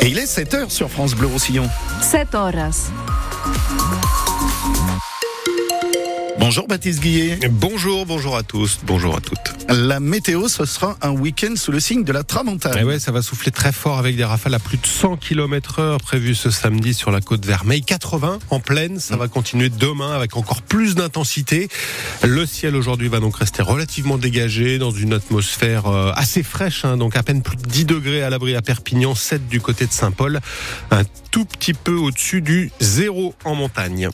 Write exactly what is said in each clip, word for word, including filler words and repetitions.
Et il est sept heures sur France Bleu Roussillon. sept horas. Bonjour Baptiste Guillet. Bonjour, bonjour à tous, bonjour à toutes. La météo, ce sera un week-end sous le signe de la tramontane. Et ouais, ça va souffler très fort avec des rafales à plus de cent kilomètres heure prévues ce samedi sur la côte Vermeille. quatre-vingts en pleine, ça va continuer demain avec encore plus d'intensité. Le ciel aujourd'hui va donc rester relativement dégagé dans une atmosphère assez fraîche, hein, donc à peine plus de dix degrés à l'abri à Perpignan, sept du côté de Saint-Paul, un tout petit peu au-dessus du zéro en montagne.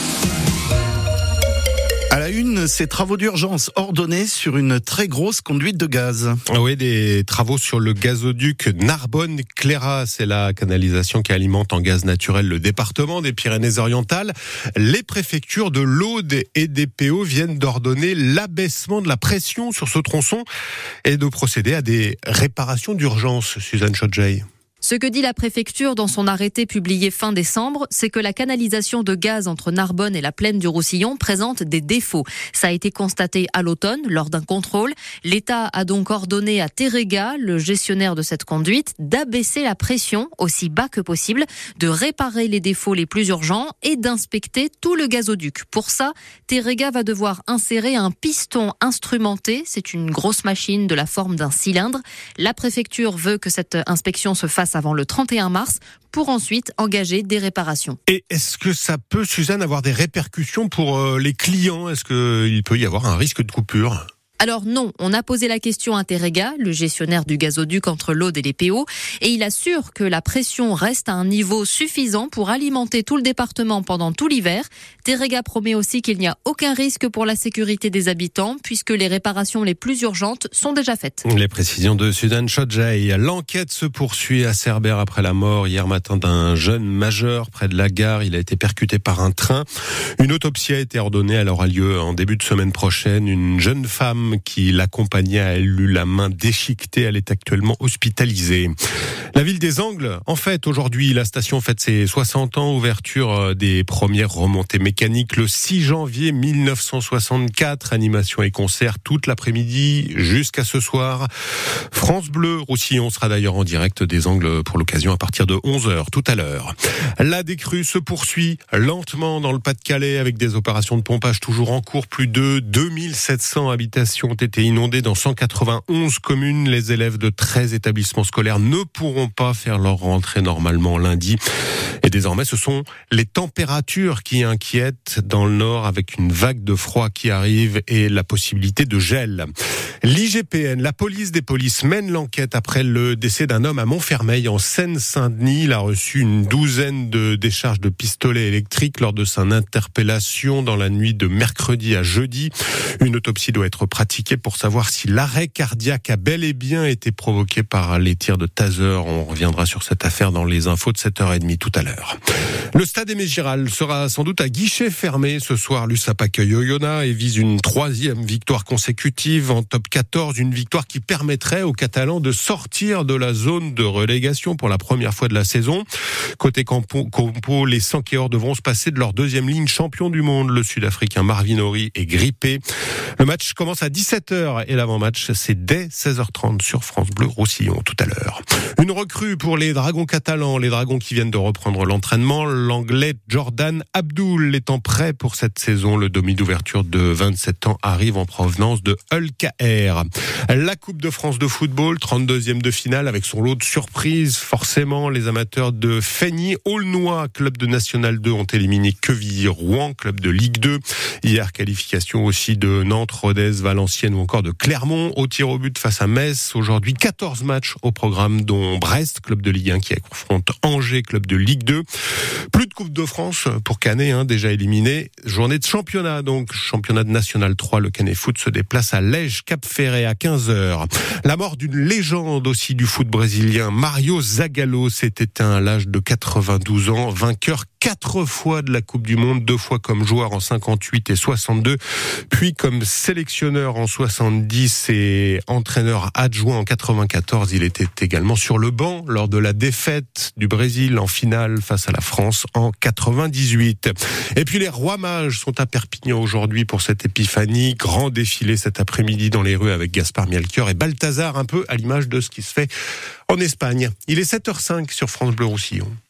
À la une, ces travaux d'urgence ordonnés sur une très grosse conduite de gaz. Oui, des travaux sur le gazoduc Narbonne-Cléra. C'est la canalisation qui alimente en gaz naturel le département des Pyrénées-Orientales. Les préfectures de l'Aude et des P O viennent d'ordonner l'abaissement de la pression sur ce tronçon et de procéder à des réparations d'urgence. Suzanne Chodjay. Ce que dit la préfecture dans son arrêté publié fin décembre, c'est que la canalisation de gaz entre Narbonne et la plaine du Roussillon présente des défauts. Ça a été constaté à l'automne lors d'un contrôle. L'État a donc ordonné à Teréga, le gestionnaire de cette conduite, d'abaisser la pression aussi bas que possible, de réparer les défauts les plus urgents et d'inspecter tout le gazoduc. Pour ça, Teréga va devoir insérer un piston instrumenté. C'est une grosse machine de la forme d'un cylindre. La préfecture veut que cette inspection se fasse avant le trente et un mars pour ensuite engager des réparations. Et est-ce que ça peut, Suzanne, avoir des répercussions pour les clients ? Est-ce qu'il peut y avoir un risque de coupure ? Alors non, on a posé la question à Teréga, le gestionnaire du gazoduc entre l'Aude et les P O, et il assure que la pression reste à un niveau suffisant pour alimenter tout le département pendant tout l'hiver. Teréga promet aussi qu'il n'y a aucun risque pour la sécurité des habitants, puisque les réparations les plus urgentes sont déjà faites. Les précisions de Suzanne Chodjay. L'enquête se poursuit à Cerbère après la mort hier matin d'un jeune majeur près de la gare. Il a été percuté par un train. Une autopsie a été ordonnée. Elle aura lieu en début de semaine prochaine. Une jeune femme qui l'accompagnait a eu la main déchiquetée. Elle est actuellement hospitalisée. La ville des Angles, en fait, aujourd'hui, la station fête ses soixante ans, ouverture des premières remontées mécaniques le six janvier mille neuf cent soixante-quatre. Animation et concert toute l'après-midi jusqu'à ce soir. France Bleu Roussillon sera d'ailleurs en direct des Angles pour l'occasion à partir de onze heures tout à l'heure. La décrue se poursuit lentement dans le Pas-de-Calais avec des opérations de pompage toujours en cours. Plus de deux mille sept cents habitations ont été inondées dans cent quatre-vingt-onze communes. Les élèves de treize établissements scolaires ne pourront pas faire leur rentrée normalement lundi. Et désormais, ce sont les températures qui inquiètent dans le nord avec une vague de froid qui arrive et la possibilité de gel. L'I G P N, la police des polices, mène l'enquête après le décès d'un homme à Montfermeil en Seine-Saint-Denis. Il a reçu une douzaine de décharges de pistolets électriques lors de son interpellation dans la nuit de mercredi à jeudi. Une autopsie doit être pratiquée pour savoir si l'arrêt cardiaque a bel et bien été provoqué par les tirs de taser. On reviendra sur cette affaire dans les infos de sept heures trente tout à l'heure. Le stade Aimé Giral sera sans doute à guichet fermé ce soir. L'U S A P accueille Oyonnax et vise une troisième victoire consécutive en top quatorze. Une victoire qui permettrait aux Catalans de sortir de la zone de relégation pour la première fois de la saison. Côté Campo, Campo les Sankéors devront se passer de leur deuxième ligne champion du monde. Le Sud-Africain Marvin Ory est grippé. Le match commence à dix-sept heures et l'avant-match, c'est dès seize heures trente sur France Bleu Roussillon tout à l'heure. Une recrue pour les Dragons catalans, les Dragons qui viennent de reprendre l'entraînement. L'Anglais Jordan Abdul étant prêt pour cette saison. Le demi d'ouverture de vingt-sept ans arrive en provenance de Hull K R. La Coupe de France de football, trente-deuxième de finale avec son lot de surprises. Forcément, les amateurs de Feigny, Aulnois, club de National deux, ont éliminé Quevilly-Rouen, club de Ligue deux. Hier, qualification aussi de Nantes, Rodez, Valenciennes ou encore de Clermont au tir au but face à Metz. Aujourd'hui, quatorze matchs au programme, dont Brest, club de Ligue un qui confronte Angers, club de Ligue deux. Plus de Coupe de France pour Canet, hein, déjà éliminé. Journée de championnat, donc championnat de National trois. Le Canet Foot se déplace à Lège, Cap Ferret à quinze heures. La mort d'une légende aussi du foot brésilien, Mario Zagallo, s'est éteint à l'âge de quatre-vingt-douze ans, vainqueur quatre fois de la Coupe du Monde, deux fois comme joueur en cinquante-huit et soixante-deux, puis comme sélectionneur en soixante-dix et entraîneur adjoint en quatre-vingt-quatorze. Il était également sur le banc lors de la défaite du Brésil en finale face à la France en quatre-vingt-dix-huit. Et puis les rois mages sont à Perpignan aujourd'hui pour cette épiphanie. Grand défilé cet après-midi dans les rues avec Gaspard Melchior et Balthazar, un peu à l'image de ce qui se fait en Espagne. Il est sept heures cinq sur France Bleu Roussillon.